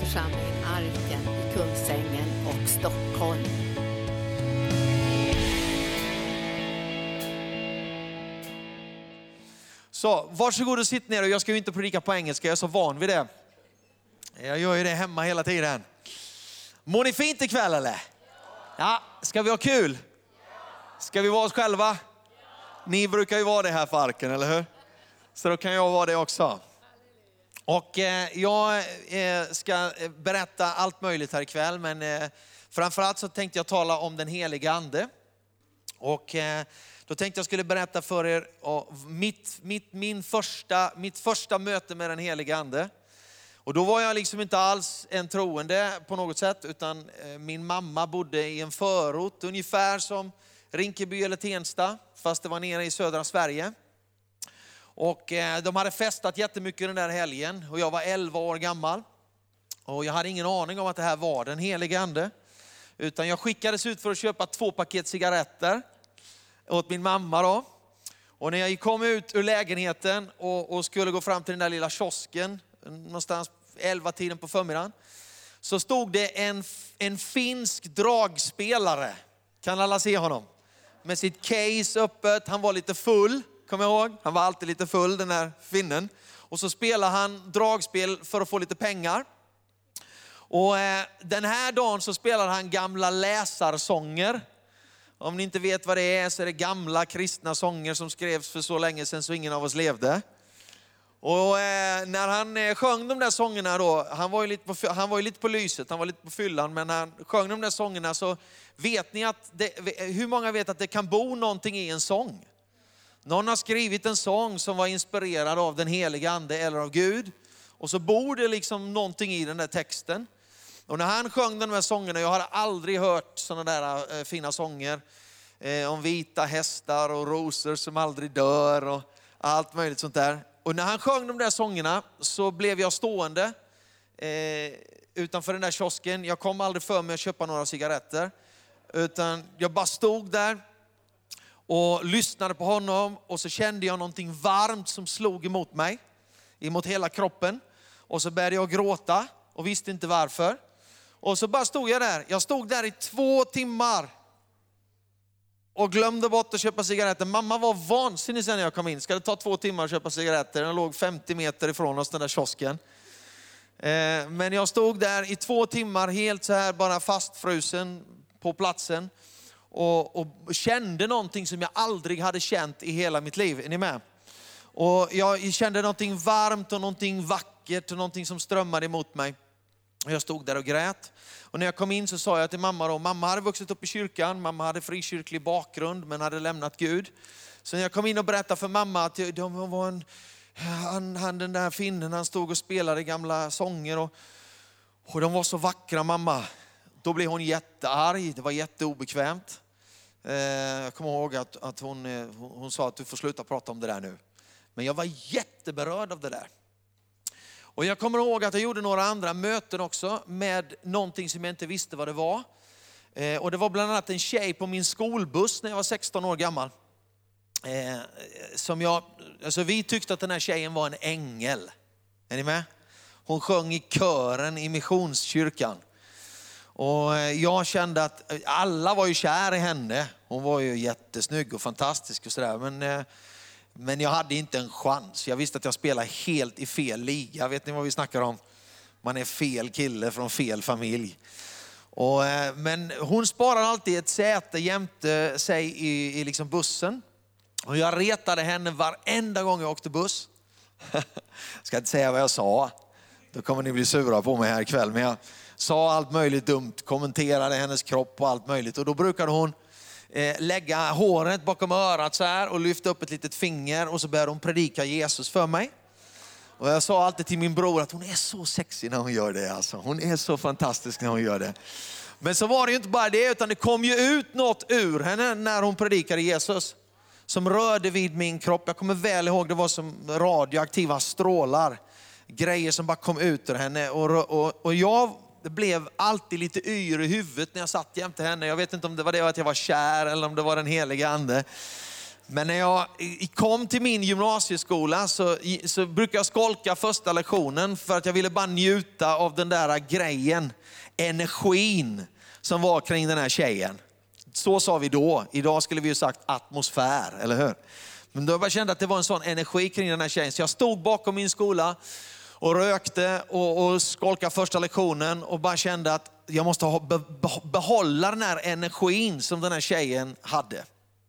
församling Arken i Kungsängen och Stockholm. Så varsågod och sitt ner, och jag ska ju inte predika på engelska, jag är så van vid det. Jag gör ju det hemma hela tiden. Mår ni fint ikväll eller? Ja, ska vi ha kul? Ska vi vara oss själva? Ni brukar ju vara det här för Arken, eller hur? Så då kan jag vara det också. Och jag ska berätta allt möjligt här ikväll, men framförallt så tänkte jag tala om den heliga ande. Och då tänkte jag skulle berätta för er mitt första möte med den heliga ande. Och då var jag liksom inte alls en troende på något sätt, utan min mamma bodde i en förort ungefär som Rinkeby eller Tensta, fast det var nere i södra Sverige. Och de hade festat jättemycket den där helgen, och jag var 11 år gammal. Och jag hade ingen aning om att det här var den heliga ande. Utan jag skickades ut för att köpa 2 paket cigaretter åt min mamma då. Och när jag kom ut ur lägenheten och skulle gå fram till den där lilla kiosken, någonstans 11-tiden på förmiddagen, så stod det en finsk dragspelare. Kan alla se honom? Med sitt case öppet, han var lite full. Kommer jag ihåg? Han var alltid lite full, den här finnen. Och så spelar han dragspel för att få lite pengar. Och den här dagen så spelar han gamla läsarsånger. Om ni inte vet vad det är, så är det gamla kristna sånger som skrevs för så länge sedan så ingen av oss levde. Och när han sjöng de där sångerna då, han var ju lite på lyset, han var lite på fyllan, men när han sjöng de där sångerna så vet ni att, hur många vet att det kan bo någonting i en sång? Någon har skrivit en sång som var inspirerad av den heliga ande eller av Gud. Och så bor det liksom någonting i den där texten. Och när han sjöng de här sångerna, jag hade aldrig hört sådana där fina sånger. Om vita hästar och rosor som aldrig dör och allt möjligt sånt där. Och när han sjöng de där sångerna så blev jag stående utanför den där kiosken. Jag kom aldrig för mig att köpa några cigaretter. Utan jag bara stod där och lyssnade på honom, och så kände jag någonting varmt som slog emot mig, emot hela kroppen. Och så började jag gråta och visste inte varför. Och så bara stod jag där. Jag stod där i 2 timmar och glömde bort att köpa cigaretter. Mamma var vansinnig sen när jag kom in. Ska det ta 2 timmar att köpa cigaretter? Den låg 50 meter ifrån oss, den där kiosken. Men jag stod där i 2 timmar helt så här bara fastfrusen på platsen. Och kände någonting som jag aldrig hade känt i hela mitt liv. Är ni med? Och jag kände någonting varmt och någonting vackert och någonting som strömmade emot mig. Och jag stod där och grät. Och när jag kom in så sa jag till mamma då, mamma hade vuxit upp i kyrkan, mamma hade frikyrklig bakgrund men hade lämnat Gud. Så när jag kom in och berättade för mamma att de var den där finnen, han stod och spelade gamla sånger och de var så vackra, mamma. Då blev hon jättearg, det var jätteobekvämt. Jag kommer ihåg att hon sa att du får sluta prata om det där nu. Men jag var jätteberörd av det där. Och jag kommer ihåg att jag gjorde några andra möten också med någonting som jag inte visste vad det var. Och det var bland annat en tjej på min skolbuss när jag var 16 år gammal. Vi tyckte att den här tjejen var en ängel. Är ni med? Hon sjöng i kören i missionskyrkan. Och jag kände att alla var ju kär i henne. Hon var ju jättesnygg och fantastisk och sådär. Men jag hade inte en chans. Jag visste att jag spelade helt i fel liga. Vet ni vad vi snackar om? Man är fel kille från fel familj. Men hon sparar alltid ett säte jämte sig i liksom bussen. Och jag retade henne varenda gång jag åkte buss. Jag ska inte säga vad jag sa. Då kommer ni bli sura på mig här ikväll. Men jag sa allt möjligt dumt. Kommenterade hennes kropp och allt möjligt. Och då brukade hon lägga håret bakom örat så här och lyfta upp ett litet finger, och så började hon predika Jesus för mig. Och jag sa alltid till min bror att hon är så sexig när hon gör det. Alltså. Hon är så fantastisk när hon gör det. Men så var det ju inte bara det, utan det kom ju ut något ur henne när hon predikade Jesus som rörde vid min kropp. Jag kommer väl ihåg, det var som radioaktiva strålar. Grejer som bara kom ut ur henne. Och jag blev alltid lite yr i huvudet när jag satt jämte henne. Jag vet inte om det var det att jag var kär eller om det var den heliga ande. Men när jag kom till min gymnasieskola så brukade jag skolka första lektionen för att jag ville bara njuta av den där grejen, energin som var kring den här tjejen. Så sa vi då. Idag skulle vi ju sagt atmosfär, eller hur? Men då jag kände att det var en sån energi kring den här tjejen. Så jag stod bakom min skola och rökte och skolkade första lektionen och bara kände att jag måste behålla den här energin som den här tjejen hade.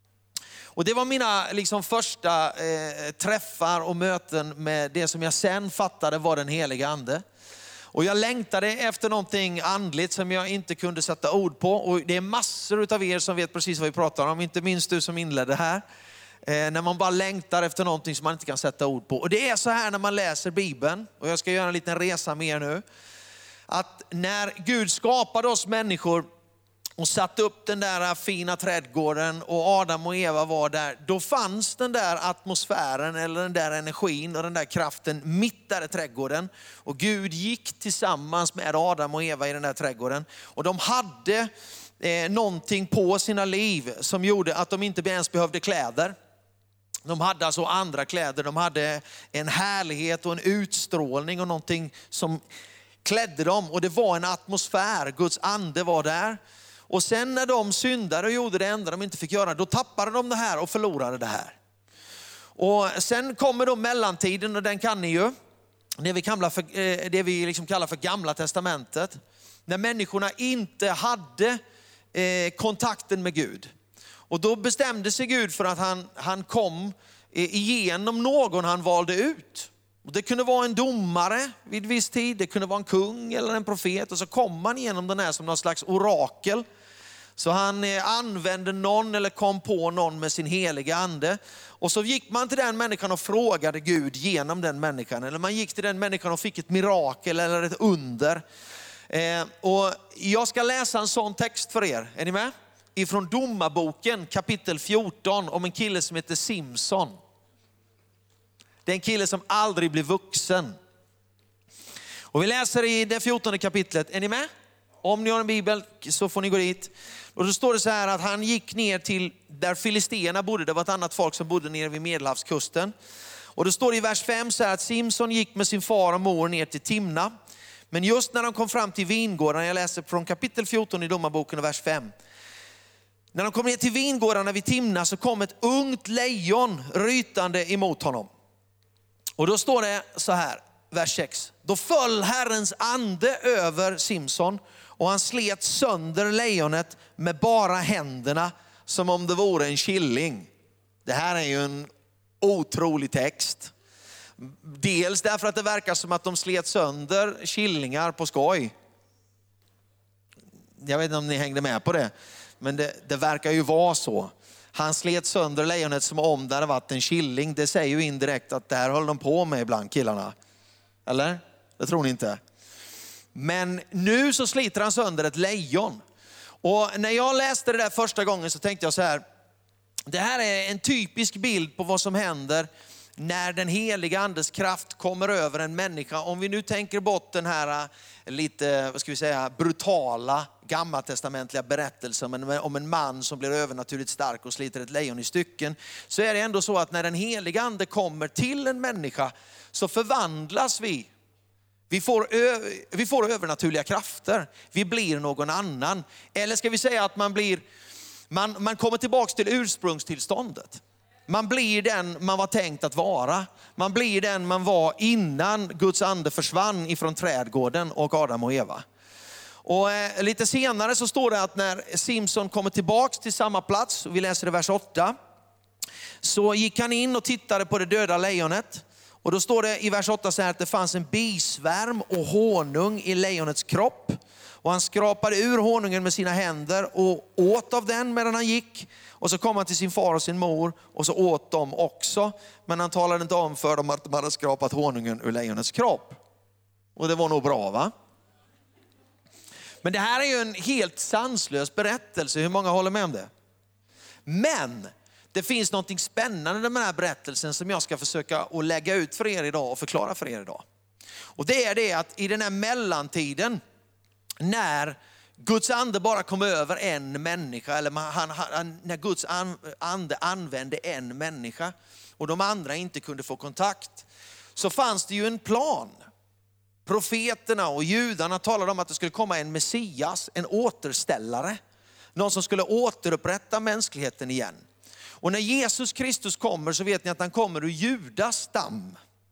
Och det var mina första träffar och möten med det som jag sen fattade var den heliga ande. Och jag längtade efter någonting andligt som jag inte kunde sätta ord på. Och det är massor av er som vet precis vad vi pratar om, inte minst du som inledde här. När man bara längtar efter någonting som man inte kan sätta ord på. Och det är så här när man läser Bibeln, och jag ska göra en liten resa med er nu. Att när Gud skapade oss människor och satte upp den där fina trädgården och Adam och Eva var där, då fanns den där atmosfären eller den där energin och den där kraften mitt där i trädgården. Och Gud gick tillsammans med Adam och Eva i den där trädgården. Och de hade någonting på sina liv som gjorde att de inte ens behövde kläder. De hade alltså andra kläder, de hade en härlighet och en utstrålning och någonting som klädde dem. Och det var en atmosfär, Guds ande var där. Och sen när de syndade och gjorde det enda de inte fick göra, då tappade de det här och förlorade det här. Och sen kommer då mellantiden, och den kan ni ju. Det vi kallar för Gamla testamentet. När människorna inte hade kontakten med Gud. Och då bestämde sig Gud för att han kom igenom någon han valde ut. Och det kunde vara en domare vid viss tid, det kunde vara en kung eller en profet. Och så kom man igenom den här som någon slags orakel. Så han använde någon eller kom på någon med sin heliga ande. Och så gick man till den människan och frågade Gud genom den människan. Eller man gick till den människan och fick ett mirakel eller ett under. Och jag ska läsa en sån text för er. Är ni med? Ifrån Domarboken kapitel 14 om en kille som heter Simson. Det är en kille som aldrig blir vuxen. Och vi läser i det 14:e kapitlet. Är ni med? Om ni har en bibel så får ni gå dit. Och då står det så här att han gick ner till där filisterna bodde. Det var ett annat folk som bodde nere vid Medelhavskusten. Och då står det i vers 5 så här att Simson gick med sin far och mor ner till Timna. Men just när de kom fram till vingården, jag läser från kapitel 14 i Domarboken och vers 5. När de kom ner till vingårdarna vid Timna så kom ett ungt lejon rytande emot honom. Och då står det så här, vers 6. Då föll Herrens ande över Simson och han slet sönder lejonet med bara händerna som om det vore en killing. Det här är ju en otrolig text. Dels därför att det verkar som att de slet sönder killingar på skoj. Jag vet inte om ni hängde med på det. Men det verkar ju vara så. Han slet sönder lejonet som om det hade varit en killing. Det säger ju indirekt att det här håller de på med ibland, killarna. Eller? Det tror ni inte. Men nu så sliter han sönder ett lejon. Och när jag läste det där första gången så tänkte jag så här. Det här är en typisk bild på vad som händer när den heliga andes kraft kommer över en människa. Om vi nu tänker bort den här lite, vad ska vi säga, brutala gammaltestamentliga berättelsen om en man som blir övernaturligt stark och sliter ett lejon i stycken. Så är det ändå så att när den heliga ande kommer till en människa så förvandlas vi. Vi får övernaturliga krafter. Vi blir någon annan. Eller ska vi säga att man kommer tillbaka till ursprungstillståndet. Man blir den man var tänkt att vara. Man blir den man var innan Guds ande försvann ifrån trädgården och Adam och Eva. Och lite senare så står det att när Simson kommer tillbaks till samma plats, och vi läser i vers 8, så gick han in och tittade på det döda lejonet. Och då står det i vers 8 så här att det fanns en bisvärm och honung i lejonets kropp. Och han skrapade ur honungen med sina händer och åt av den medan han gick. Och så kom han till sin far och sin mor och så åt de också. Men han talade inte om för dem att de hade skrapat honungen ur lejonets kropp. Och det var nog bra, va? Men det här är ju en helt sanslös berättelse. Hur många håller med om det? Men det finns något spännande med den här berättelsen som jag ska försöka att lägga ut för er idag och förklara för er idag. Och det är det att i den här mellantiden när Guds ande bara kom över en människa, eller när Guds ande använde en människa och de andra inte kunde få kontakt, så fanns det ju en plan. Profeterna och judarna talade om att det skulle komma en Messias, en återställare. Någon som skulle återupprätta mänskligheten igen. Och när Jesus Kristus kommer så vet ni att han kommer ur Judas stam.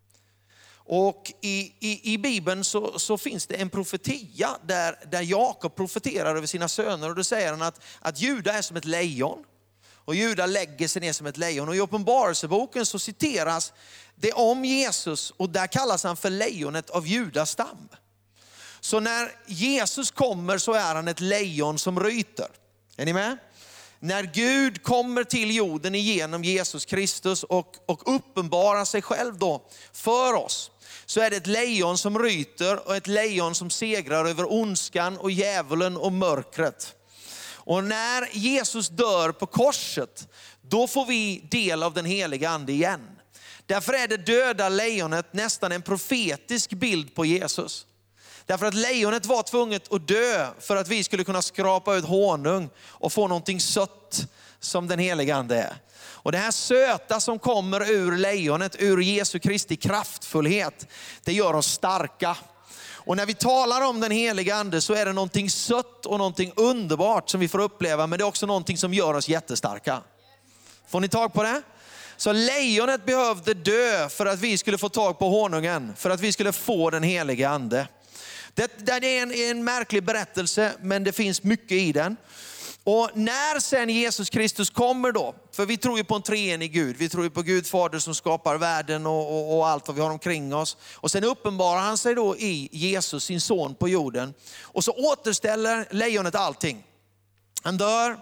Och i Bibeln så finns det en profetia där Jakob profeterar över sina söner. Och då säger han att Juda är som ett lejon. Och Juda lägger sig ner som ett lejon. Och i Uppenbarelseboken så citeras det om Jesus. Och där kallas han för lejonet av Judas stam. Så när Jesus kommer så är han ett lejon som ryter. Är ni med? När Gud kommer till jorden igenom Jesus Kristus och uppenbarar sig själv då för oss, så är det ett lejon som ryter och ett lejon som segrar över ondskan och djävulen och mörkret. Och när Jesus dör på korset, då får vi del av den heliga ande igen. Därför är det döda lejonet nästan en profetisk bild på Jesus. Därför att lejonet var tvunget att dö för att vi skulle kunna skrapa ut honung och få någonting sött som den heliga ande är. Och det här söta som kommer ur lejonet, ur Jesu Kristi kraftfullhet, det gör oss starka. Och när vi talar om den heliga ande så är det någonting sött och någonting underbart som vi får uppleva, men det är också någonting som gör oss jättestarka. Får ni tag på det? Så lejonet behövde dö för att vi skulle få tag på honungen, för att vi skulle få den heliga ande. Det är en märklig berättelse, men det finns mycket i den. Och när sen Jesus Kristus kommer då, för vi tror ju på en treenig Gud. Vi tror ju på Gud Fader som skapar världen och allt vad vi har omkring oss. Och sen uppenbarar han sig då i Jesus, sin son på jorden. Och så återställer lejonet allting. Han dör,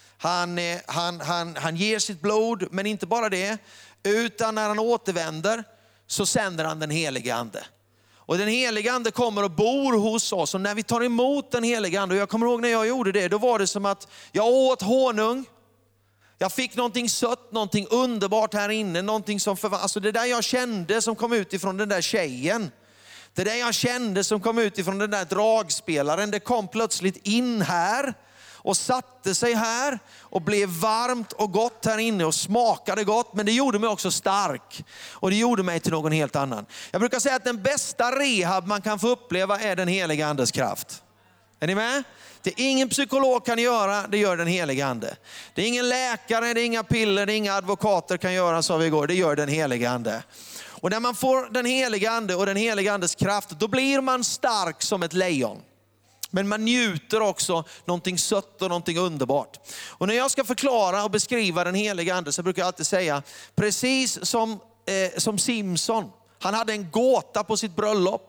han ger sitt blod, men inte bara det. Utan när han återvänder så sänder han den heliga ande. Och den heliga ande kommer och bor hos oss. Och när vi tar emot den heliga ande, och jag kommer ihåg när jag gjorde det, då var det som att jag åt honung. Jag fick någonting sött, någonting underbart här inne. Någonting som alltså det där jag kände som kom ut ifrån den där tjejen. Det där jag kände som kom ut ifrån den där dragspelaren, det kom plötsligt in här. Och satte sig här och blev varmt och gott här inne och smakade gott. Men det gjorde mig också stark. Och det gjorde mig till någon helt annan. Jag brukar säga att den bästa rehab man kan få uppleva är den heliga andes kraft. Är ni med? Det är ingen psykolog kan göra, det gör den heliga ande. Det är ingen läkare, det är inga piller, det är inga advokater kan göra, sa vi igår. Det gör den heliga ande. Och när man får den heliga ande och den heliga andes kraft, då blir man stark som ett lejon. Men man njuter också någonting sött och någonting underbart. Och när jag ska förklara och beskriva den heliga ande så brukar jag alltid säga, precis som Simson. Han hade en gåta på sitt bröllop.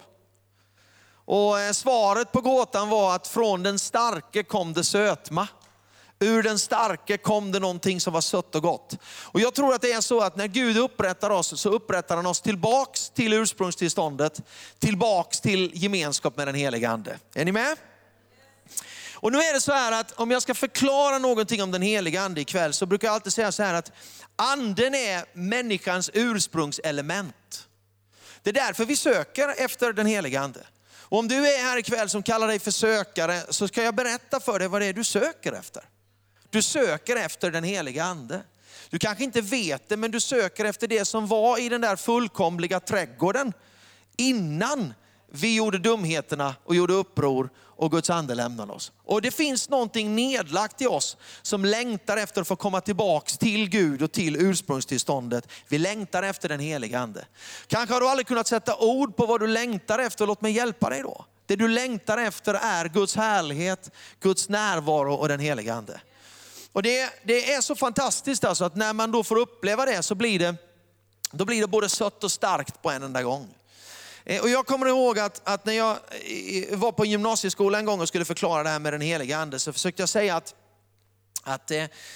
Och svaret på gåtan var att från den starke kom det sötma. Ur den starke kom det någonting som var sött och gott. Och jag tror att det är så att när Gud upprättar oss så upprättar han oss tillbaks till ursprungstillståndet. Tillbaks till gemenskap med den heliga ande. Är ni med? Och nu är det så här att om jag ska förklara någonting om den heliga ande ikväll så brukar jag alltid säga så här att anden är människans ursprungselement. Det är därför vi söker efter den heliga ande. Och om du är här ikväll som kallar dig för sökare så ska jag berätta för dig vad det är du söker efter. Du söker efter den heliga ande. Du kanske inte vet det, men du söker efter det som var i den där fullkomliga trädgården innan vi gjorde dumheterna och gjorde uppror och Guds ande lämnade oss. Och det finns någonting nedlagt i oss som längtar efter att få komma tillbaks till Gud och till ursprungstillståndet. Vi längtar efter den heliga ande. Kanske har du aldrig kunnat sätta ord på vad du längtar efter. Låt mig hjälpa dig då. Det du längtar efter är Guds härlighet, Guds närvaro och den heliga ande. Och det är så fantastiskt alltså att när man då får uppleva det så blir det både sött och starkt på en enda gång. Och jag kommer ihåg att när jag var på gymnasieskolan en gång och skulle förklara det här med den heliga ande så försökte jag säga att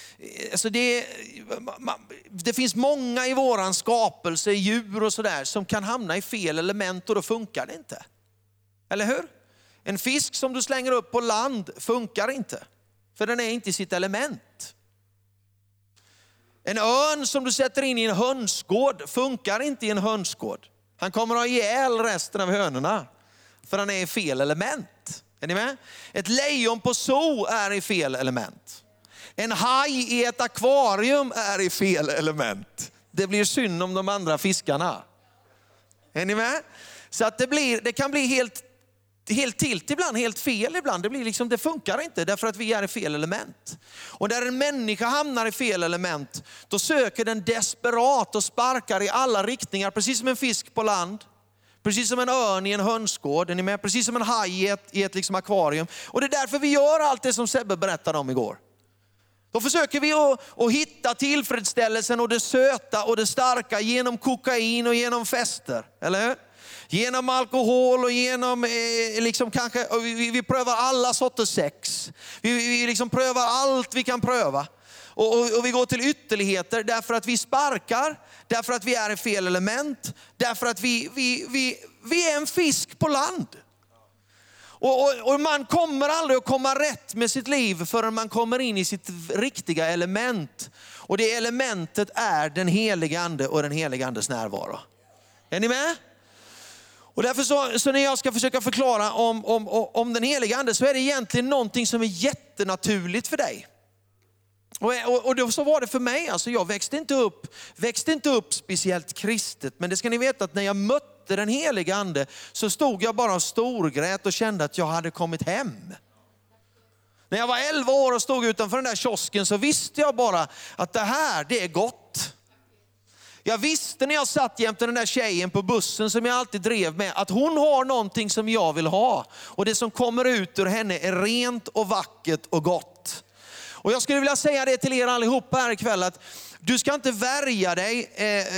det finns många i våran skapelse, djur och sådär, som kan hamna i fel element och då funkar det inte. Eller hur? En fisk som du slänger upp på land funkar inte. För den är inte i sitt element. En örn som du sätter in i en hönsgård funkar inte i en hönsgård. Han kommer att ha ihjäl resten av hönorna. För han är i fel element. Är ni med? Ett lejon på zoo är i fel element. En haj i ett akvarium är i fel element. Det blir synd om de andra fiskarna. Är ni med? Så att det kan bli helt tilt ibland, helt fel ibland. Det funkar inte därför att vi är i fel element. Och där en människa hamnar i fel element, då söker den desperat och sparkar i alla riktningar. Precis som en fisk på land. Precis som en örn i en hönsgård. Är ni med? Precis som en haj i ett akvarium. Och det är därför vi gör allt det som Sebbe berättade om igår. Då försöker vi att hitta tillfredsställelsen och det söta och det starka genom kokain och genom fester. Eller hur? Genom alkohol och genom vi prövar alla sorters sex. Vi prövar allt vi kan pröva. Och vi går till ytterligheter därför att vi sparkar, därför att vi är i fel element, därför att vi är en fisk på land. Och man kommer aldrig att komma rätt med sitt liv förrän man kommer in i sitt riktiga element. Och det elementet är den heliga ande och den heliga andes närvaro. Är ni med? Och därför så när jag ska försöka förklara om den heliga ande, så är det egentligen någonting som är jättenaturligt för dig. Och då så var det för mig. Alltså jag växte inte upp speciellt kristet. Men det ska ni veta att när jag mötte den heliga ande så stod jag bara och storgrät och kände att jag hade kommit hem. När jag var 11 år och stod utanför den där kiosken så visste jag bara att det är gott. Jag visste när jag satt jämte den där tjejen på bussen som jag alltid drev med, att hon har någonting som jag vill ha. Och det som kommer ut ur henne är rent och vackert och gott. Och jag skulle vilja säga det till er allihopa här ikväll, att du ska inte värja dig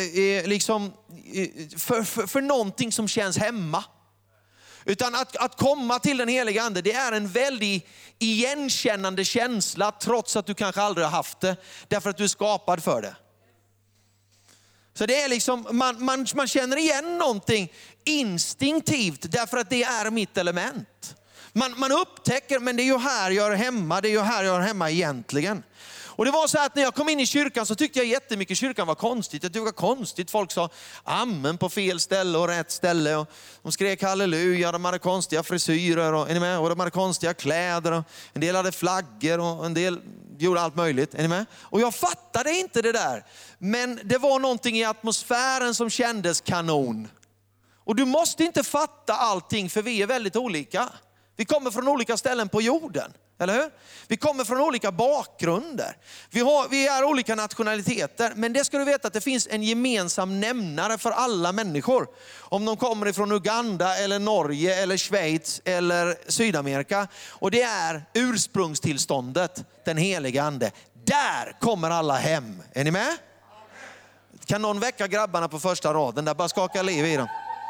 för någonting som känns hemma. Utan att komma till den heliga ande, det är en väldigt igenkännande känsla trots att du kanske aldrig har haft det. Därför att du är skapad för det. Så det är man känner igen någonting instinktivt därför att det är mitt element. Man upptäcker, men det är ju här jag är hemma, det är ju här jag är hemma egentligen. Och det var så att när jag kom in i kyrkan så tyckte jag jättemycket kyrkan var konstigt. Jag tyckte det var konstigt. Folk sa amen på fel ställe och rätt ställe. Och de skrek halleluja, de hade konstiga frisyrer och, är ni med? Och de hade konstiga kläder. Och en del hade flaggor och en del gjorde allt möjligt. Är ni med? Och jag fattade inte det där. Men det var någonting i atmosfären som kändes kanon. Och du måste inte fatta allting, för vi är väldigt olika. Vi kommer från olika ställen på jorden, eller hur? Vi kommer från olika bakgrunder. Vi är olika nationaliteter, men det ska du veta att det finns en gemensam nämnare för alla människor. Om de kommer ifrån Uganda eller Norge eller Schweiz eller Sydamerika. Och det är ursprungstillståndet, den heliga ande. Där kommer alla hem. Är ni med? Kan någon väcka grabbarna på första raden där, bara skaka liv i dem.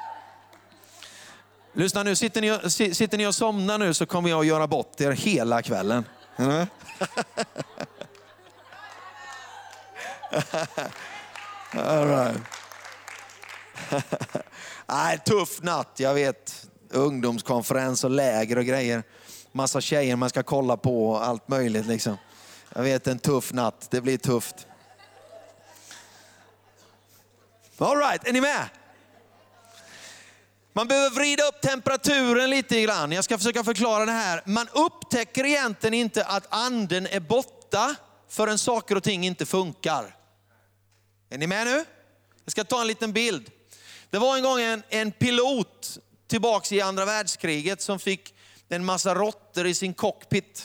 Lyssna nu, sitter ni och somnar nu så kommer jag att göra bort er hela kvällen. All right. Tuff natt, jag vet. Ungdomskonferens och läger och grejer. Massa tjejer man ska kolla på och allt möjligt liksom. Jag vet, en tuff natt, det blir tufft. All right, är ni med? Man behöver vrida upp temperaturen lite grann. Jag ska försöka förklara det här. Man upptäcker egentligen inte att anden är borta förrän saker och ting inte funkar. Är ni med nu? Jag ska ta en liten bild. Det var en gång en pilot tillbaks i andra världskriget som fick en massa råttor i sin cockpit.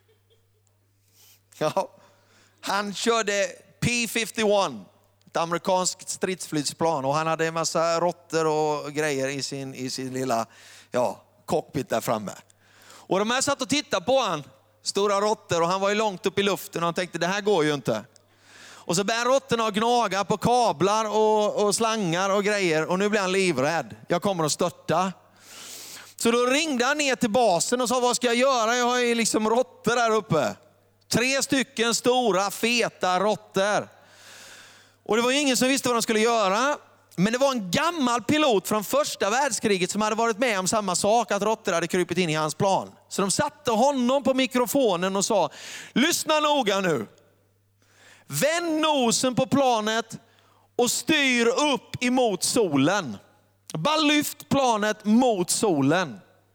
Ja, han körde P-51. Ett amerikanskt stridsflygplan, och han hade en massa råttor och grejer i sin lilla cockpit där framme. Och de här satt och tittade på han, stora råttor, och han var ju långt upp i luften och han tänkte det här går ju inte. Och så bär råttorna och gnaga på kablar och slangar och grejer, och nu blir han livrädd. Jag kommer att störta. Så då ringde han ner till basen och sa, vad ska jag göra? Jag har ju liksom råttor där uppe. 3 stycken stora feta råttor. Och det var ingen som visste vad de skulle göra. Men det var en gammal pilot från första världskriget som hade varit med om samma sak, att råttor hade krypit in i hans plan. Så de satte honom på mikrofonen och sa, lyssna noga nu. Vänd nosen på planet och styr upp emot solen. Bara lyft planet mot solen.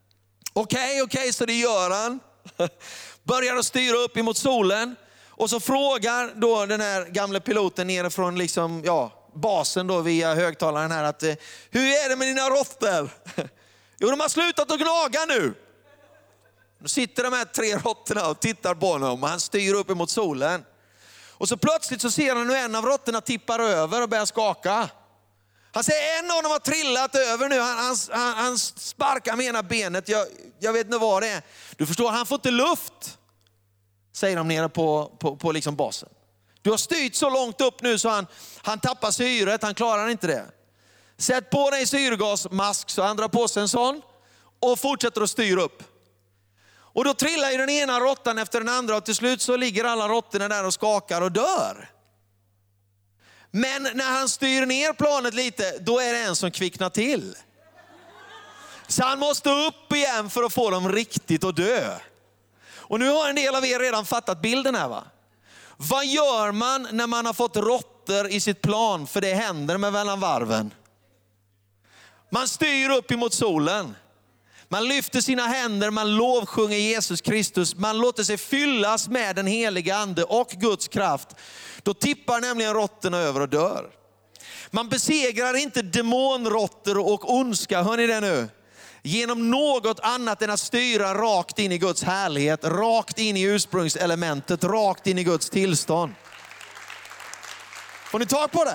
Okej, så det gör han. Börjar att styra upp emot solen. Och så frågar då den här gamla piloten nerifrån liksom, basen då via högtalaren här att hur är det med dina råttor? Jo, de har slutat att gnaga nu. Då sitter de här 3 råttorna och tittar på honom och han styr upp emot solen. Och så plötsligt så ser han hur en av råttorna tippar över och börjar skaka. Han säger en av dem har trillat över nu. Han sparkar med ena benet. Jag vet inte vad det är. Du förstår, han får inte luft. Säger de nere på liksom basen. Du har styrt så långt upp nu så han tappar syret. Han klarar inte det. Sätt på dig syrgasmask så han drar på sig en sån. Och fortsätter att styra upp. Och då trillar ju den ena råttan efter den andra. Och till slut så ligger alla råttorna där och skakar och dör. Men när han styr ner planet lite, då är det en som kvicknar till. Så han måste upp igen för att få dem riktigt att dö. Och nu har en del av er redan fattat bilden här, va? Vad gör man när man har fått råttor i sitt plan? För det händer med mellan varven. Man styr upp emot solen. Man lyfter sina händer, man lovsjunger Jesus Kristus. Man låter sig fyllas med den heliga ande och Guds kraft. Då tippar nämligen råttorna över och dör. Man besegrar inte demonråttor och ondska, hör ni det nu? Genom något annat än att styra rakt in i Guds härlighet, rakt in i ursprungselementet, rakt in i Guds tillstånd. Får ni tag på det?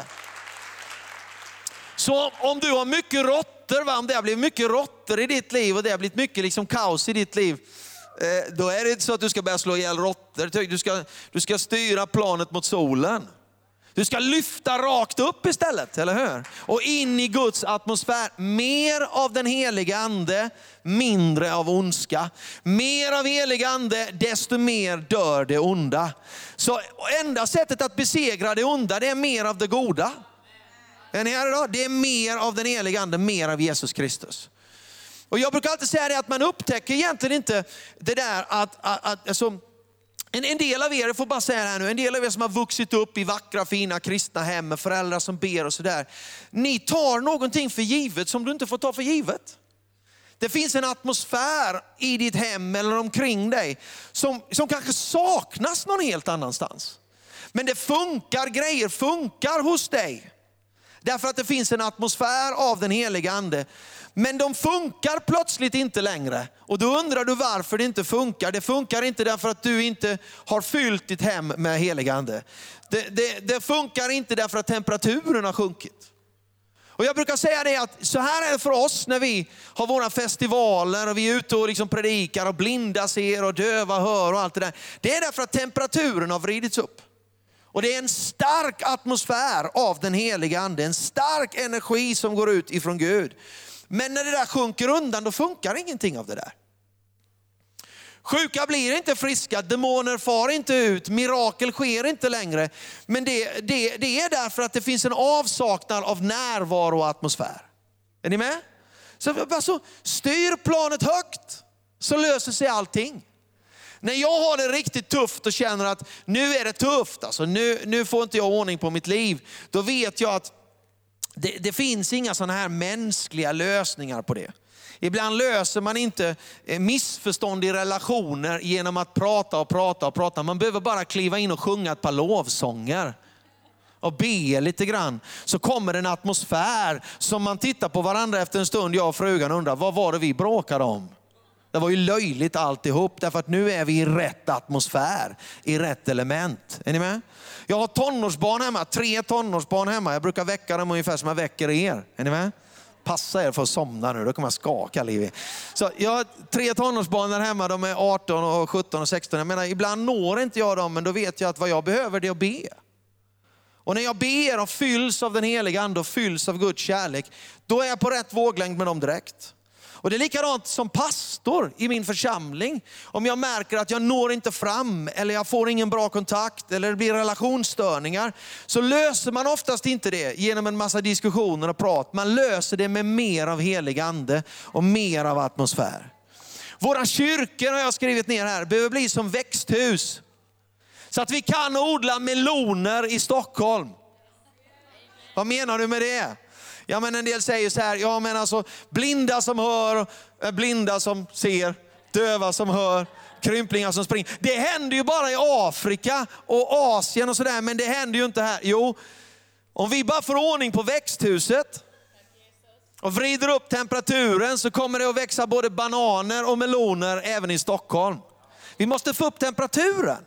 Så om du har mycket råttor, om det har blivit mycket råttor i ditt liv och det har blivit mycket liksom kaos i ditt liv, då är det inte så att du ska börja slå ihjäl råttor. Du ska styra planet mot solen. Du ska lyfta rakt upp istället, eller hur? Och in i Guds atmosfär. Mer av den heliga ande, mindre av ondska. Mer av helig ande, desto mer dör det onda. Så enda sättet att besegra det onda, det är mer av det goda. Är ni här idag? Det är mer av den heliga ande, mer av Jesus Kristus. Och jag brukar alltid säga det att man upptäcker egentligen inte det där att alltså, en del av er, jag får bara säga det här nu, en del av er som har vuxit upp i vackra, fina kristna hem med föräldrar som ber och sådär. Ni tar någonting för givet som du inte får ta för givet. Det finns en atmosfär i ditt hem eller omkring dig som kanske saknas någon helt annanstans. Men det funkar, grejer funkar hos dig. Därför att det finns en atmosfär av den heliga ande. Men de funkar plötsligt inte längre. Och då undrar du varför det inte funkar. Det funkar inte därför att du inte har fyllt ditt hem med helig ande. Det funkar inte därför att temperaturen har sjunkit. Och jag brukar säga det att så här är det för oss när vi har våra festivaler och vi är ute och liksom predikar och blinda ser och döva hör och allt det där. Det är därför att temperaturen har vridits upp. Och det är en stark atmosfär av den heliga ande. En stark energi som går ut ifrån Gud. Men när det där sjunker undan, då funkar ingenting av det där. Sjuka blir inte friska, demoner far inte ut, mirakel sker inte längre. Men det är därför att det finns en avsaknad av närvaro och atmosfär. Är ni med? Så styr planet högt så löser sig allting. När jag har det riktigt tufft och känner att nu är det tufft, alltså nu får inte jag ordning på mitt liv. Då vet jag att det finns inga sådana här mänskliga lösningar på det. Ibland löser man inte missförstånd i relationer genom att prata. Man behöver bara kliva in och sjunga ett par lovsånger. Och be lite grann. Så kommer en atmosfär som man tittar på varandra efter en stund. Jag och frugan undrar, vad var det vi bråkade om? Det var ju löjligt alltihop. Därför att nu är vi i rätt atmosfär. I rätt element. Är ni med? Jag har tonårsbarn hemma. 3 tonårsbarn hemma. Jag brukar väcka dem ungefär som jag väcker er. Är ni med? Passa er för att somna nu. Då kommer jag skaka livet. Så jag har 3 tonårsbarn där hemma. De är 18 och 17 och 16. Jag menar, ibland når inte jag dem. Men då vet jag att vad jag behöver det är att be. Och när jag ber och fylls av den heliga ande och fylls av Guds kärlek. Då är jag på rätt våglängd med dem direkt. Och det är likadant som pastor i min församling. Om jag märker att jag når inte fram eller jag får ingen bra kontakt eller det blir relationsstörningar. Så löser man oftast inte det genom en massa diskussioner och prat. Man löser det med mer av helig ande och mer av atmosfär. Våra kyrkor har jag skrivit ner här behöver bli som växthus. Så att vi kan odla meloner i Stockholm. Vad menar du med det? Ja, men en del säger så här, ja men alltså blinda som hör, blinda som ser, döva som hör, krymplingar som springer. Det händer ju bara i Afrika och Asien och sådär, men det händer ju inte här. Jo, om vi bara får ordning på växthuset och vrider upp temperaturen så kommer det att växa både bananer och meloner även i Stockholm. Vi måste få upp temperaturen.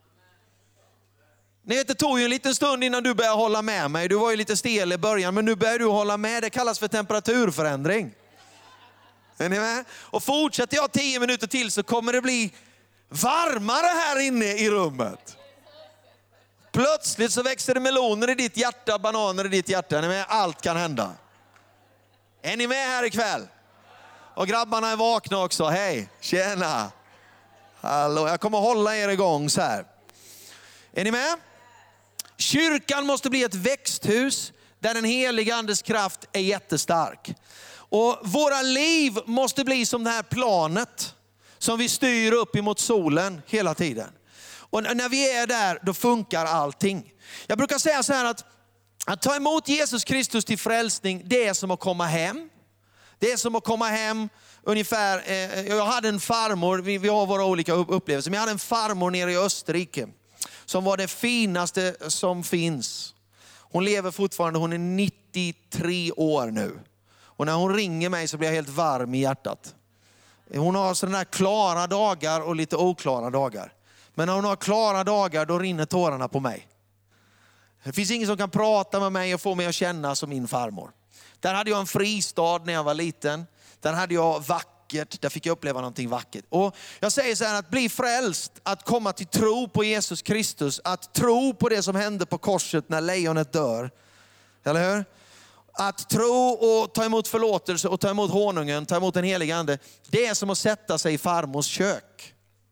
Ni vet, det tog ju en liten stund innan du började hålla med mig. Du var ju lite stel i början, men nu börjar du hålla med. Det kallas för temperaturförändring. Är ni med? Och fortsätter jag 10 minuter till så kommer det bli varmare här inne i rummet. Plötsligt så växer det meloner i ditt hjärta, bananer i ditt hjärta. Är ni med? Allt kan hända. Är ni med här ikväll? Och grabbarna är vakna också. Hej, tjena. Hallå, jag kommer hålla er igång så här. Är ni med? Kyrkan måste bli ett växthus där den heliga andes kraft är jättestark. Och våra liv måste bli som det här planet som vi styr upp emot solen hela tiden. Och när vi är där, då funkar allting. Jag brukar säga så här att ta emot Jesus Kristus till frälsning, det är som att komma hem. Det är som att komma hem ungefär, jag hade en farmor, vi har våra olika upplevelser, men jag hade en farmor nere i Österrike som var det finaste som finns. Hon lever fortfarande, hon är 93 år nu. Och när hon ringer mig så blir jag helt varm i hjärtat. Hon har sådana här klara dagar och lite oklara dagar. Men när hon har klara dagar, då rinner tårarna på mig. Det finns ingen som kan prata med mig och få mig att känna som min farmor. Där hade jag en fristad när jag var liten. Där hade jag vackert, där fick jag uppleva någonting vackert. Och jag säger så här, att bli frälst, att komma till tro på Jesus Kristus, att tro på det som hände på korset när lejonet dör. Eller hur? Att tro och ta emot förlåtelse och ta emot honungen, ta emot den heliga ande. Det är som att sätta sig i farmors kök.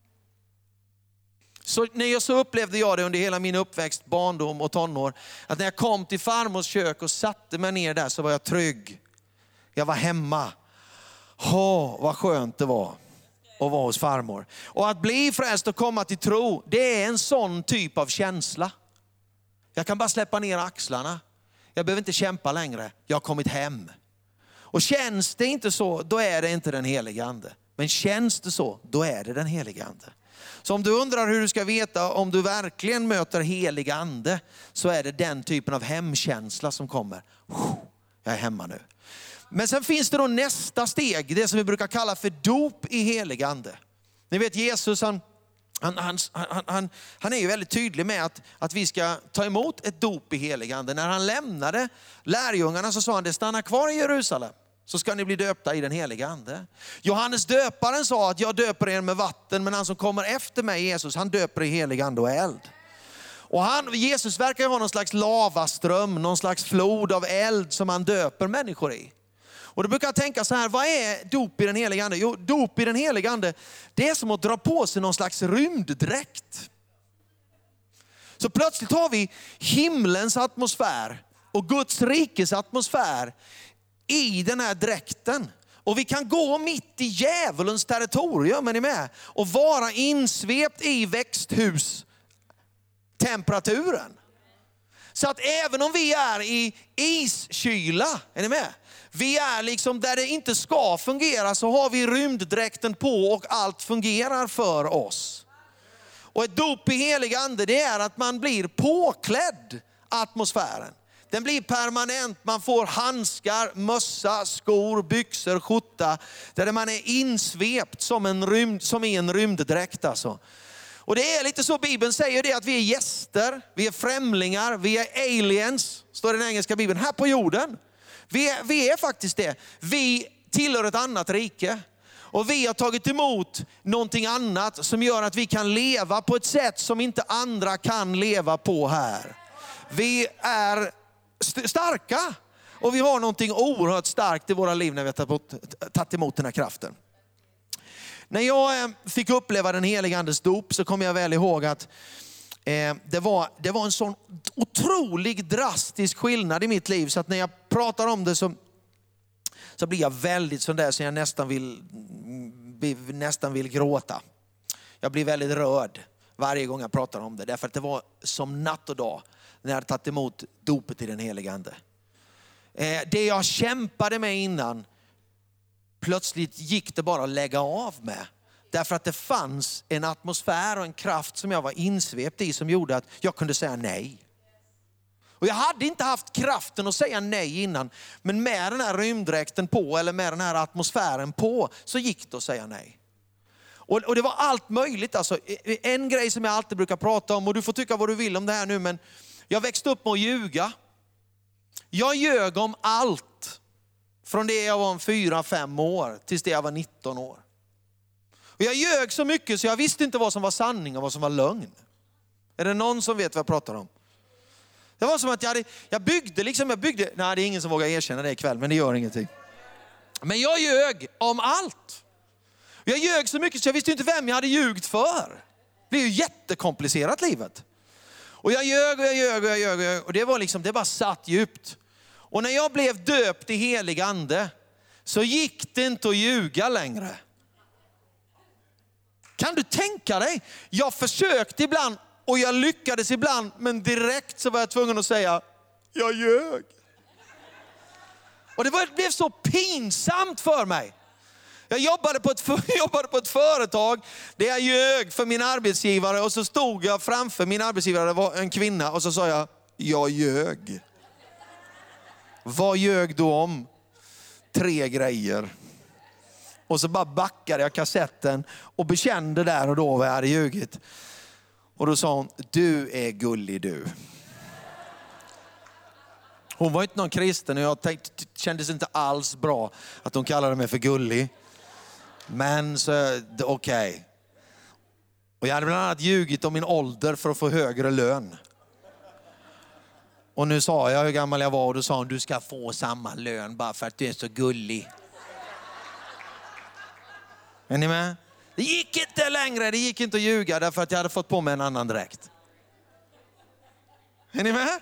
Så upplevde jag det under hela min uppväxt, barndom och tonår. Att när jag kom till farmors kök och satte mig ner där så var jag trygg. Jag var hemma. Vad skönt det var att vara hos farmor. Och att bli frälst och komma till tro, det är en sån typ av känsla. Jag kan bara släppa ner axlarna. Jag behöver inte kämpa längre. Jag har kommit hem. Och känns det inte så, då är det inte den heliga ande. Men känns det så, då är det den heliga ande. Så om du undrar hur du ska veta om du verkligen möter helig ande, så är det den typen av hemkänsla som kommer. Jag är hemma nu. Men sen finns det då nästa steg, det som vi brukar kalla för dop i helig ande. Ni vet, Jesus han är ju väldigt tydlig med att vi ska ta emot ett dop i helig ande. När han lämnade lärjungarna så sa han, det stannar kvar i Jerusalem. Så ska ni bli döpta i den heliga ande. Johannes döparen sa att jag döper er med vatten, men han som kommer efter mig, Jesus, han döper i helig ande och eld. Och Jesus verkar ha någon slags lavaström, någon slags flod av eld som han döper människor i. Och då brukar jag tänka så här, vad är dop i den heliga ande? Jo, dop i den heliga ande, det är som att dra på sig någon slags rymddräkt. Så plötsligt har vi himlens atmosfär och Guds rikes atmosfär i den här dräkten. Och vi kan gå mitt i djävulens territorium, är ni med? Och vara insvept i växthustemperaturen. Så att även om vi är i iskyla, är ni med? Vi är liksom där det inte ska fungera, så har vi rymddräkten på och allt fungerar för oss. Och ett dop i helig ande, det är att man blir påklädd atmosfären. Den blir permanent, man får handskar, mössa, skor, byxor, skjorta. Där man är insvept som i en rymddräkt alltså. Och det är lite så Bibeln säger det, att vi är gäster, vi är främlingar, vi är aliens, står det i den engelska Bibeln, här på jorden. Vi är faktiskt det. Vi tillhör ett annat rike. Och vi har tagit emot någonting annat som gör att vi kan leva på ett sätt som inte andra kan leva på här. Vi är starka. Och vi har någonting oerhört starkt i våra liv när vi har tagit emot den här kraften. När jag fick uppleva den heliga andes dop så kommer jag väl ihåg att det var en sån otrolig drastisk skillnad i mitt liv. Så att när jag pratar om det så blir jag väldigt sån där så jag nästan vill gråta. Jag blir väldigt rörd varje gång jag pratar om det. Därför att det var som natt och dag när jag hade tagit emot dopet i den heliga ande. Det jag kämpade med innan, plötsligt gick det bara att lägga av med. Därför att det fanns en atmosfär och en kraft som jag var insvept i som gjorde att jag kunde säga nej. Och jag hade inte haft kraften att säga nej innan. Men med den här rymddräkten på eller med den här atmosfären på så gick det att säga nej. Och det var allt möjligt. Alltså, en grej som jag alltid brukar prata om, och du får tycka vad du vill om det här nu, men jag växte upp med att ljuga. Jag ljög om allt. Från det jag var 4-5 år tills det jag var 19 år. Och jag ljög så mycket så jag visste inte vad som var sanning och vad som var lögn. Är det någon som vet vad jag pratar om? Det var som att jag byggde, nej det är ingen som vågar erkänna det ikväll, men det gör ingenting. Men jag ljög om allt. Jag ljög så mycket så jag visste inte vem jag hade ljugit för. Det är ju jättekomplicerat livet. Och jag ljög och det var liksom, det bara satt djupt. Och när jag blev döpt i helig ande så gick det inte att ljuga längre. Kan du tänka dig? Jag försökte ibland och jag lyckades ibland, men direkt så var jag tvungen att säga, jag ljög. Och det blev så pinsamt för mig. Jag jobbade på ett företag där jag ljög för min arbetsgivare och så stod jag framför min arbetsgivare, det var en kvinna, och så sa jag ljög. Vad ljög du om? 3 grejer. Och så bara backade jag kassetten och bekände där och då vad jag hade ljugit. Och då sa hon, du är gullig du. Hon var inte någon kristen och jag tänkte, kändes inte alls bra att hon kallade mig för gullig. Men så, okej. Och jag hade bland annat ljugit om min ålder för att få högre lön. Och nu sa jag hur gammal jag var och då sa hon, du ska få samma lön bara för att du är så gullig. Är ni med? Det gick inte längre, det gick inte att ljuga därför att jag hade fått på mig en annan dräkt. Är ni med?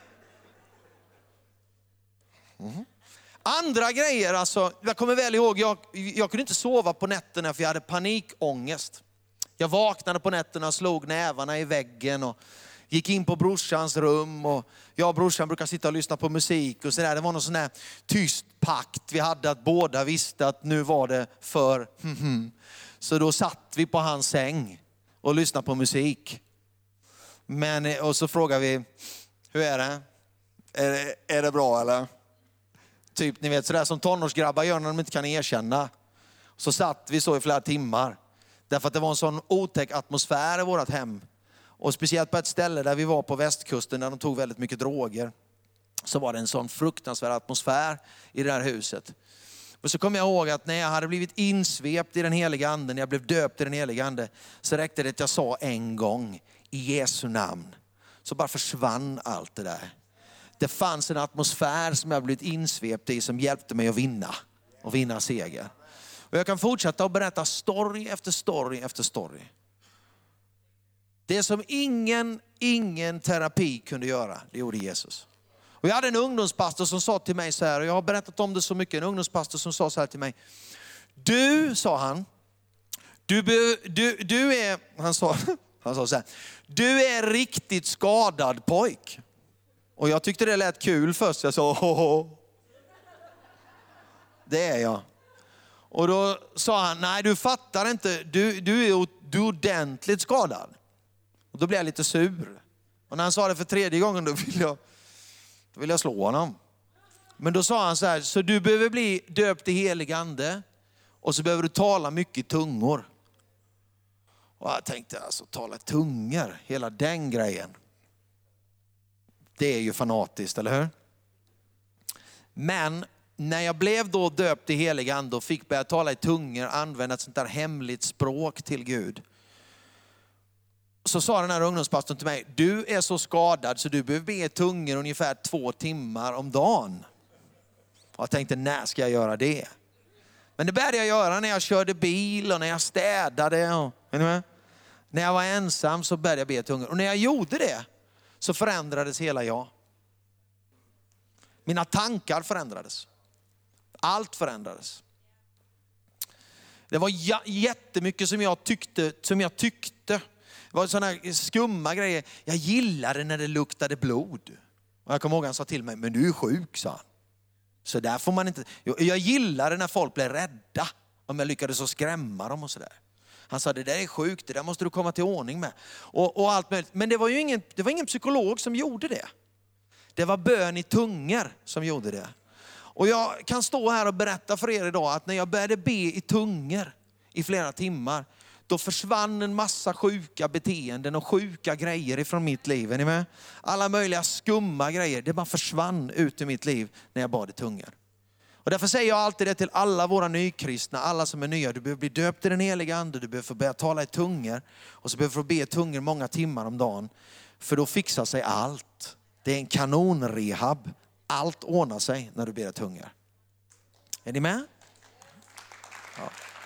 Mm. Andra grejer, alltså, jag kommer väl ihåg, jag kunde inte sova på nätterna för jag hade panikångest. Jag vaknade på nätterna och slog nävarna i väggen och gick in på brorsans rum och jag och brorsan brukar sitta och lyssna på musik och sådär. Det var någon sån här tyst pakt vi hade att båda visste att nu var det för Så då satt vi på hans säng och lyssnade på musik. Och så frågade vi, hur är det? Är det bra eller? Typ ni vet sådär som tonårsgrabbar gör när de inte kan erkänna. Så satt vi så i flera timmar. Därför att det var en sån otäck atmosfär i vårt hem. Och speciellt på ett ställe där vi var på västkusten där de tog väldigt mycket droger. Så var det en sån fruktansvärd atmosfär i det här huset. Och så kommer jag ihåg att när jag hade blivit insvept i den heliga anden, när jag blev döpt i den heliga ande, så räckte det att jag sa en gång i Jesu namn. Så bara försvann allt det där. Det fanns en atmosfär som jag blivit insvept i som hjälpte mig att vinna seger. Och jag kan fortsätta att berätta story efter story efter story. Det som ingen terapi kunde göra, det gjorde Jesus. Och jag hade en ungdomspastor som sa till mig så här, och jag har berättat om det så mycket, en ungdomspastor som sa så här till mig. Du, sa han, du är, han sa så här, du är riktigt skadad pojk. Och jag tyckte det lät kul först, jag sa, hoho. Det är jag. Och då sa han, nej du fattar inte, du är ordentligt skadad. Och då blev jag lite sur. Och när han sa det för 3:e gången då vill jag slå honom. Men då sa han så här, så du behöver bli döpt i helig ande. Och så behöver du tala mycket i tungor. Och jag tänkte alltså tala tungor, hela den grejen. Det är ju fanatiskt, eller hur? Men när jag blev då döpt i helig ande och fick börja tala i tungor, använda ett sånt där hemligt språk till Gud. Så sa den här ungdomspastorn till mig, du är så skadad så du behöver be i tungor ungefär 2 timmar om dagen. Och jag tänkte, när ska jag göra det? Men det började jag göra när jag körde bil och när jag städade. Och, när jag var ensam så började jag be i tungor. Och när jag gjorde det så förändrades hela jag. Mina tankar förändrades. Allt förändrades. Det var jättemycket som jag tyckte. Det var sådana här skumma grejer. Jag gillade när det luktade blod. Och jag kommer ihåg han sa till mig, men du är sjuk, sa han. Så där får man inte. Jag gillade när folk blev rädda. Om jag lyckades så skrämma dem och sådär. Han sa, det där är sjukt, det där måste du komma till ordning med. Och allt möjligt. Men det var ingen psykolog som gjorde det. Det var bön i tungor som gjorde det. Och jag kan stå här och berätta för er idag att när jag började be i tungor i flera timmar, då försvann en massa sjuka beteenden och sjuka grejer ifrån mitt liv. Är ni med? Alla möjliga skumma grejer, det bara försvann ut ur mitt liv när jag bad i tungor. Och därför säger jag alltid det till alla våra nykristna, alla som är nya. Du behöver bli döpt i den heliga ande, du behöver få börja tala i tungor. Och så behöver du be i tungor många timmar om dagen. För då fixar sig allt. Det är en kanonrehab. Allt ordnar sig när du ber i tungor. Är ni med? Ja.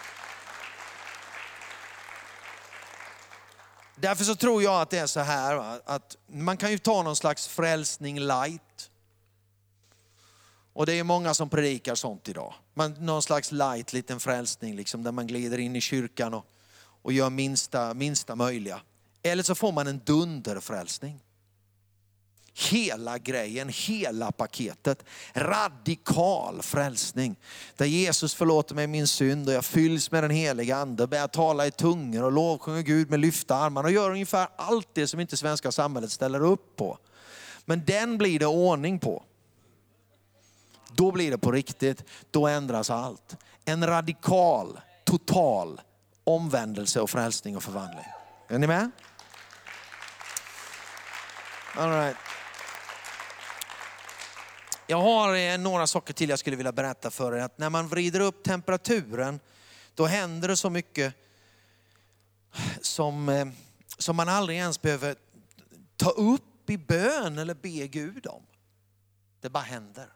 Därför så tror jag att det är så här, va? Att man kan ju ta någon slags frälsning light. Och det är många som predikar sånt idag. Någon slags light liten frälsning liksom, där man glider in i kyrkan och gör minsta möjliga. Eller så får man en dunderfrälsning. Hela grejen, hela paketet. Radikal frälsning. Där Jesus förlåter mig min synd och jag fylls med den heliga ande. Börjar tala i tungor och lovsjunger Gud med lyfta armar. Och gör ungefär allt det som inte svenska samhället ställer upp på. Men den blir det ordning på. Då blir det på riktigt. Då ändras allt. En radikal, total omvändelse och frälsning och förvandling. Är ni med? All right. Jag har några saker till jag skulle vilja berätta för er. Att när man vrider upp temperaturen, då händer det så mycket som man aldrig ens behöver ta upp i bön eller be Gud om. Det bara händer.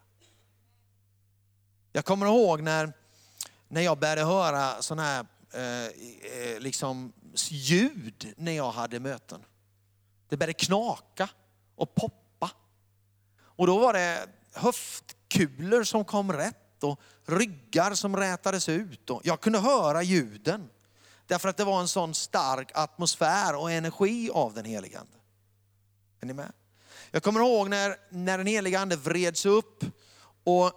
Jag kommer ihåg när jag började höra sådana här liksom ljud när jag hade möten. Det började knaka och poppa. Och då var det höftkulor som kom rätt och ryggar som rätades ut. Och jag kunde höra ljuden. Därför att det var en sån stark atmosfär och energi av den heliga ande. Är ni med? Jag kommer ihåg när den heliga ande vreds upp och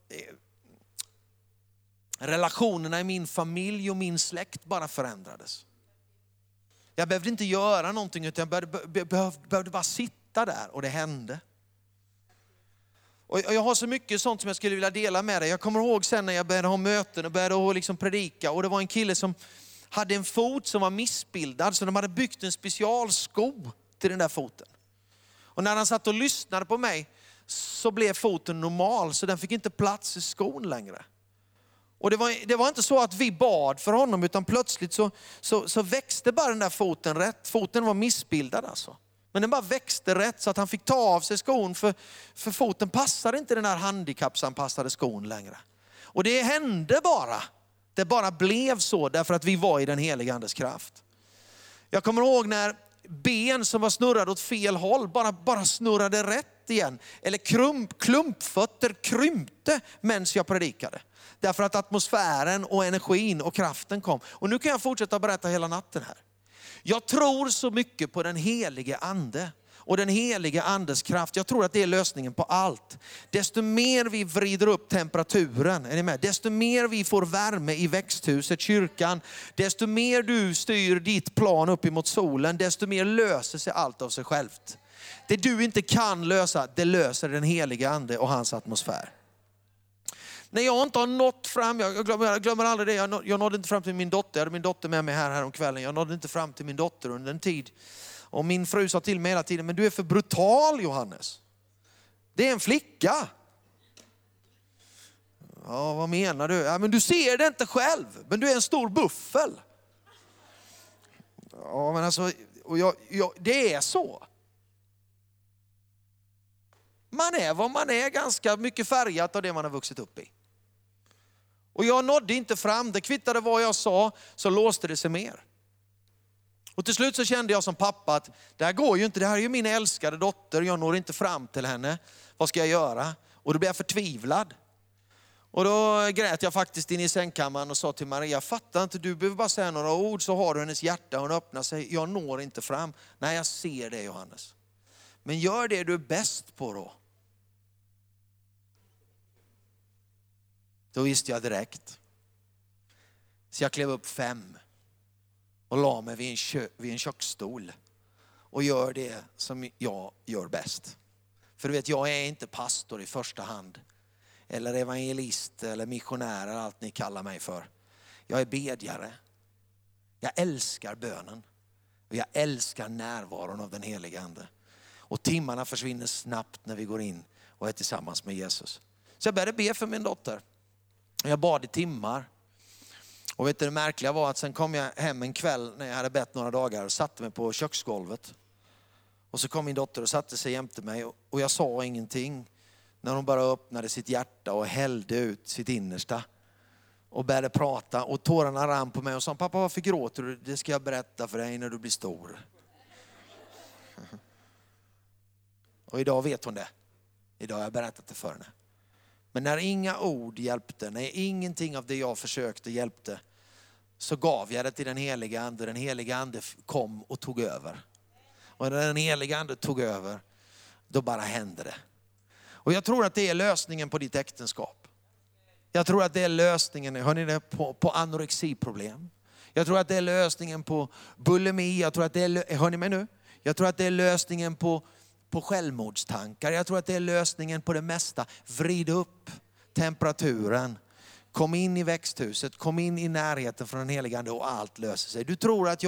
relationerna i min familj och min släkt bara förändrades. Jag behövde inte göra någonting utan jag behövde bara sitta där och det hände. Och jag har så mycket sånt som jag skulle vilja dela med dig. Jag kommer ihåg sen när jag började ha möten och började liksom predika. Och det var en kille som hade en fot som var missbildad. Så de hade byggt en specialsko till den där foten. Och när han satt och lyssnade på mig så blev foten normal. Så den fick inte plats i skon längre. Och det var inte så att vi bad för honom utan plötsligt så växte bara den där foten rätt. Foten var missbildad alltså. Men den bara växte rätt så att han fick ta av sig skon för foten passade inte den här handikappsanpassade skon längre. Och det hände bara. Det bara blev så därför att vi var i den heliga andes kraft. Jag kommer ihåg när ben som var snurrade åt fel håll bara snurrade rätt igen. Eller klumpfötter krympte medan jag predikade. Därför att atmosfären och energin och kraften kom. Och nu kan jag fortsätta berätta hela natten här. Jag tror så mycket på den helige ande och den helige andes kraft. Jag tror att det är lösningen på allt. Desto mer vi vrider upp temperaturen, är ni med? Desto mer vi får värme i växthuset, kyrkan. Desto mer du styr ditt plan upp emot solen, desto mer löser sig allt av sig självt. Det du inte kan lösa, det löser den helige ande och hans atmosfär. När jag inte har nått fram, jag glömmer aldrig det, jag nådde inte fram till min dotter. Jag hade min dotter med mig här om kvällen. Jag nådde inte fram till min dotter under en tid. Och min fru sa till mig hela tiden, men du är för brutal Johannes. Det är en flicka. Ja, vad menar du? Ja, men du ser det inte själv, men du är en stor buffel. Ja, men alltså, det är så. Man är vad man är, ganska mycket färgat av det man har vuxit upp i. Och jag nådde inte fram, det kvittade vad jag sa, så låste det sig mer. Och till slut så kände jag som pappa att det här går ju inte, det här är ju min älskade dotter, jag når inte fram till henne. Vad ska jag göra? Och då blev jag förtvivlad. Och då grät jag faktiskt in i sängkammaren och sa till Maria, fatta inte, du behöver bara säga några ord så har du hennes hjärta, hon öppnar sig, jag når inte fram. Nej, jag ser det Johannes. Men gör det du är bäst på då. Då visste jag direkt. Så jag klev upp 5 och la mig vid en köksstol och gör det som jag gör bäst. För du vet, jag är inte pastor i första hand. Eller evangelist eller missionär eller allt ni kallar mig för. Jag är bedjare. Jag älskar bönen. Och jag älskar närvaron av den heliga ande. Och timmarna försvinner snabbt när vi går in och är tillsammans med Jesus. Så jag började be för min dotter. Jag bad i timmar. Och vet du, det märkliga var att sen kom jag hem en kväll när jag hade bett några dagar och satte mig på köksgolvet. Och så kom min dotter och satte sig jämte mig och jag sa ingenting. När hon bara öppnade sitt hjärta och hällde ut sitt innersta. Och började prata och tårarna rann på mig och sa, pappa varför gråter du? Det ska jag berätta för dig när du blir stor. Och idag vet hon det. Idag har jag berättat det för henne. Men när inga ord hjälpte, när ingenting av det jag försökte hjälpte, så gav jag det till den heliga ande. Den heliga ande kom och tog över. Och när den heliga ande tog över, då bara hände det. Och jag tror att det är lösningen på ditt äktenskap. Jag tror att det är lösningen, hör det, på anorexiproblem. Jag tror att det är lösningen på bulimi. Jag tror att det är, hör ni mig nu? Jag tror att det är lösningen på självmordstankar. Jag tror att det är lösningen på det mesta. Vrid upp temperaturen. Kom in i växthuset. Kom in i närheten från den heliga ande och allt löser sig. Du tror att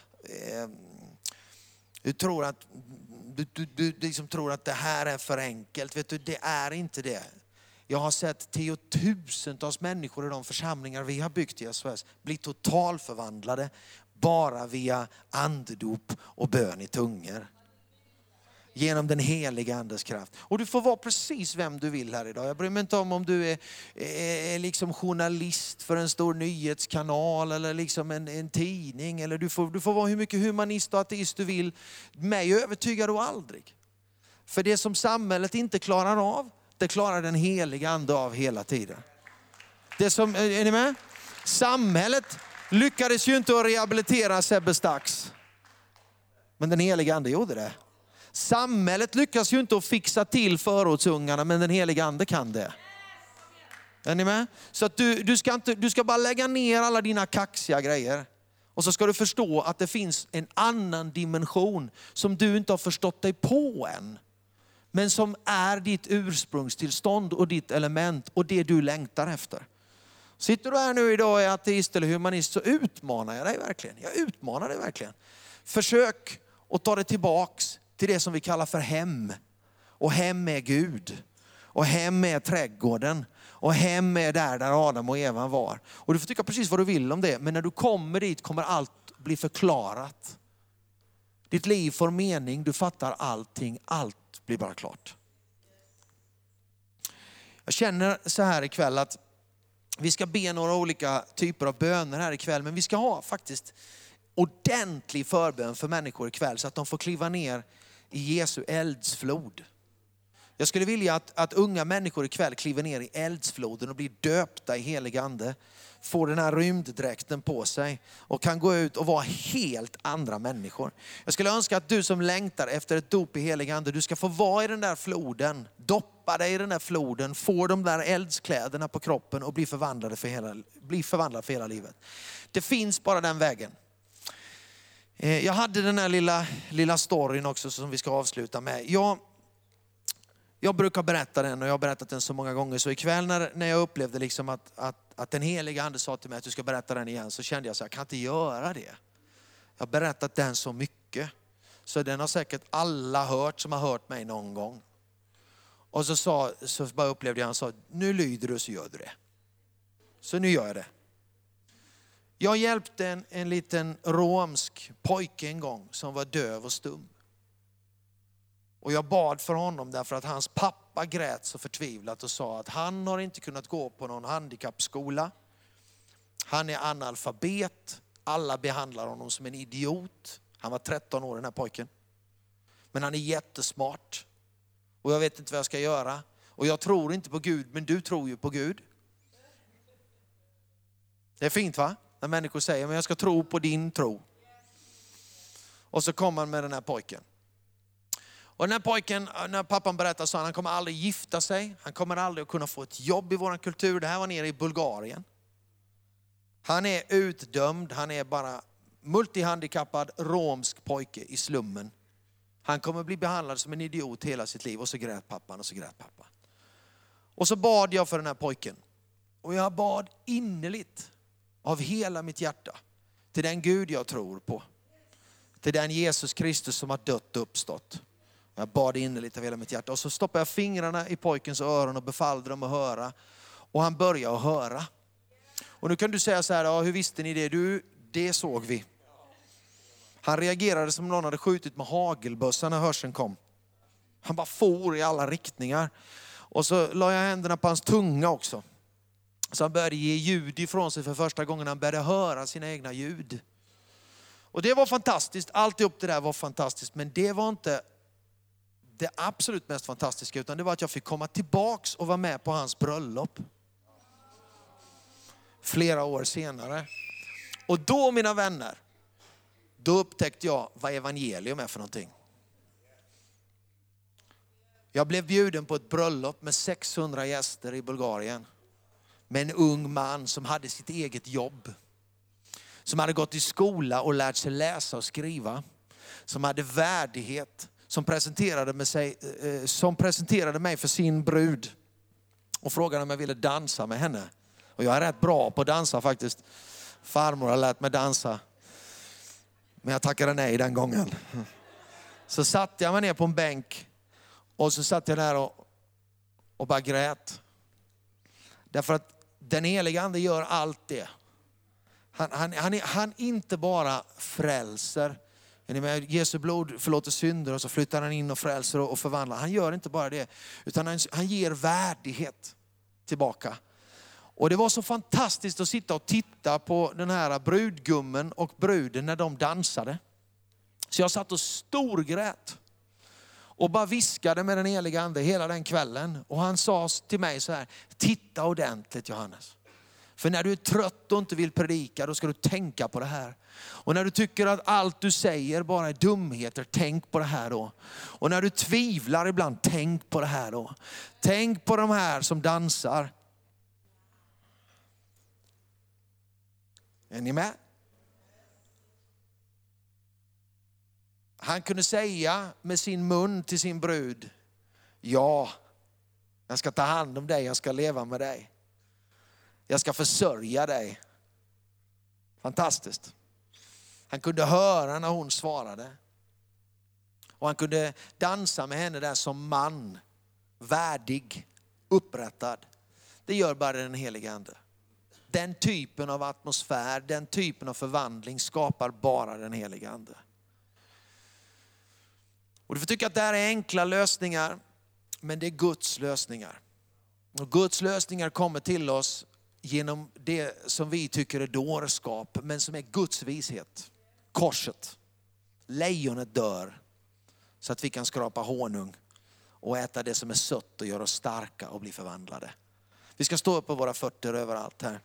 du liksom tror att det här är för enkelt. Vet du, det är inte det. Jag har sett tiotusentals människor i de församlingar vi har byggt i SOS bli totalförvandlade bara via andedop och bön i tungor. Genom den heliga andes kraft. Och du får vara precis vem du vill här idag. Jag bryr mig inte om du är liksom journalist för en stor nyhetskanal eller liksom en tidning. Eller du får vara hur mycket humanist och ateist du vill. Mig övertygar du aldrig. För det som samhället inte klarar av, det klarar den heliga ande av hela tiden. Det som, är ni med? Samhället lyckades ju inte att rehabilitera Sebbe Stax. Men den heliga ande gjorde det. Samhället lyckas ju inte att fixa till förortsungarna, men den heliga ande kan det. Är ni med? Så att du ska bara lägga ner alla dina kaxiga grejer. Och så ska du förstå att det finns en annan dimension som du inte har förstått dig på än. Men som är ditt ursprungstillstånd och ditt element och det du längtar efter. Sitter du här nu idag och är ateist eller humanist, så utmanar jag dig verkligen. Jag utmanar dig verkligen. Försök att ta det tillbaks till det som vi kallar för hem. Och hem är Gud. Och hem är trädgården. Och hem är där Adam och Eva var. Och du får tycka precis vad du vill om det. Men när du kommer dit kommer allt bli förklarat. Ditt liv får mening. Du fattar allting. Allt blir bara klart. Jag känner så här ikväll att vi ska be några olika typer av böner här ikväll. Men vi ska ha faktiskt ordentlig förbön för människor ikväll. Så att de får kliva ner i Jesu eldsflod. Jag skulle vilja att unga människor ikväll kliver ner i eldsfloden och blir döpta i helig ande. Får den här rymddräkten på sig och kan gå ut och vara helt andra människor. Jag skulle önska att du som längtar efter ett dop i helig ande, du ska få vara i den där floden. Doppa dig i den där floden. Få de där eldskläderna på kroppen och bli förvandlad för hela livet. Det finns bara den vägen. Jag hade den här lilla storyn också som vi ska avsluta med. Jag brukar berätta den och jag har berättat den så många gånger. Så ikväll när jag upplevde liksom att den heliga ande sa till mig att du ska berätta den igen, så kände jag så här, jag kan inte göra det. Jag har berättat den så mycket. Så den har säkert alla hört som har hört mig någon gång. Och så bara upplevde jag, han sa, nu lyder du så gör du det. Så nu gör jag det. Jag hjälpte en liten romsk pojke en gång som var döv och stum. Och jag bad för honom därför att hans pappa grät så förtvivlat och sa att han har inte kunnat gå på någon handikappskola. Han är analfabet. Alla behandlar honom som en idiot. Han var 13 år den här pojken. Men han är jättesmart. Och jag vet inte vad jag ska göra. Och jag tror inte på Gud, men du tror ju på Gud. Det är fint va? När människor säger, men jag ska tro på din tro. Och så kommer han med den här pojken. Och den här pojken, när pappan berättade, sa han kommer aldrig gifta sig. Han kommer aldrig att kunna få ett jobb i vår kultur. Det här var nere i Bulgarien. Han är utdömd, han är bara multihandikappad romsk pojke i slummen. Han kommer bli behandlad som en idiot hela sitt liv. Och så grät pappan och så grät pappa. Och så bad jag för den här pojken. Och jag bad innerligt av hela mitt hjärta till den Gud jag tror på. Till den Jesus Kristus som har dött och uppstått. Jag bad innerligt av hela mitt hjärta. Och så stoppade jag fingrarna i pojkens öron och befallde dem att höra. Och han började att höra. Och nu kan du säga så här, ja, hur visste ni det? Det såg vi. Han reagerade som någon hade skjutit med hagelbössa när hörseln kom. Han bara for i alla riktningar. Och så la jag händerna på hans tunga också. Så han började ge ljud ifrån sig för första gången. Han började höra sina egna ljud. Och det var fantastiskt. Alltihop det där var fantastiskt. Men det var inte det absolut mest fantastiska. Utan det var att jag fick komma tillbaks och vara med på hans bröllop. Flera år senare. Och då, mina vänner, då upptäckte jag vad evangelium är för någonting. Jag blev bjuden på ett bröllop med 600 gäster i Bulgarien. Med en ung man som hade sitt eget jobb. Som hade gått i skola och lärt sig läsa och skriva. Som hade värdighet. Som presenterade mig för sin brud. Och frågade om jag ville dansa med henne. Och jag är rätt bra på att dansa faktiskt. Farmor har lärt mig dansa. Men jag tackade nej den gången. Så satte jag mig ner på en bänk. Och så satt jag där och bara grät. Därför att den heliga ande gör allt det. Han inte bara frälser. Jesu blod förlåter synder och så flyttar han in och frälser och förvandlar. Han gör inte bara det. Utan han ger värdighet tillbaka. Och det var så fantastiskt att sitta och titta på den här brudgummen och bruden när de dansade. Så jag satt och storgrät. Och bara viskade med den heliga ande hela den kvällen. Och han sa till mig så här: titta ordentligt, Johannes. För när du är trött och inte vill predika, då ska du tänka på det här. Och när du tycker att allt du säger bara är dumheter, tänk på det här då. Och när du tvivlar ibland, tänk på det här då. Tänk på de här som dansar. Är ni med? Han kunde säga med sin mun till sin brud: ja, jag ska ta hand om dig, jag ska leva med dig. Jag ska försörja dig. Fantastiskt. Han kunde höra när hon svarade. Och han kunde dansa med henne där som man. Värdig, upprättad. Det gör bara den heliga ande. Den typen av atmosfär, den typen av förvandling skapar bara den heliga ande. Och du får tycka att det här är enkla lösningar, men det är Guds lösningar. Och Guds lösningar kommer till oss genom det som vi tycker är dårskap, men som är Guds vishet. Korset. Lejonet dör så att vi kan skrapa honung och äta det som är sött och göra oss starka och bli förvandlade. Vi ska stå upp på våra fötter överallt här.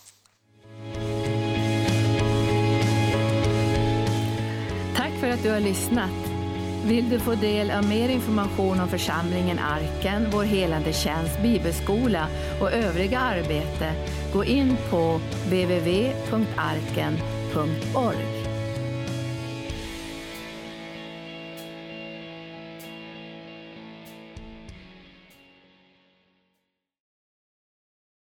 Tack för att du har lyssnat. Vill du få del av mer information om församlingen Arken, vår helande tjänst, bibelskola och övriga arbete, gå in på www.arken.org.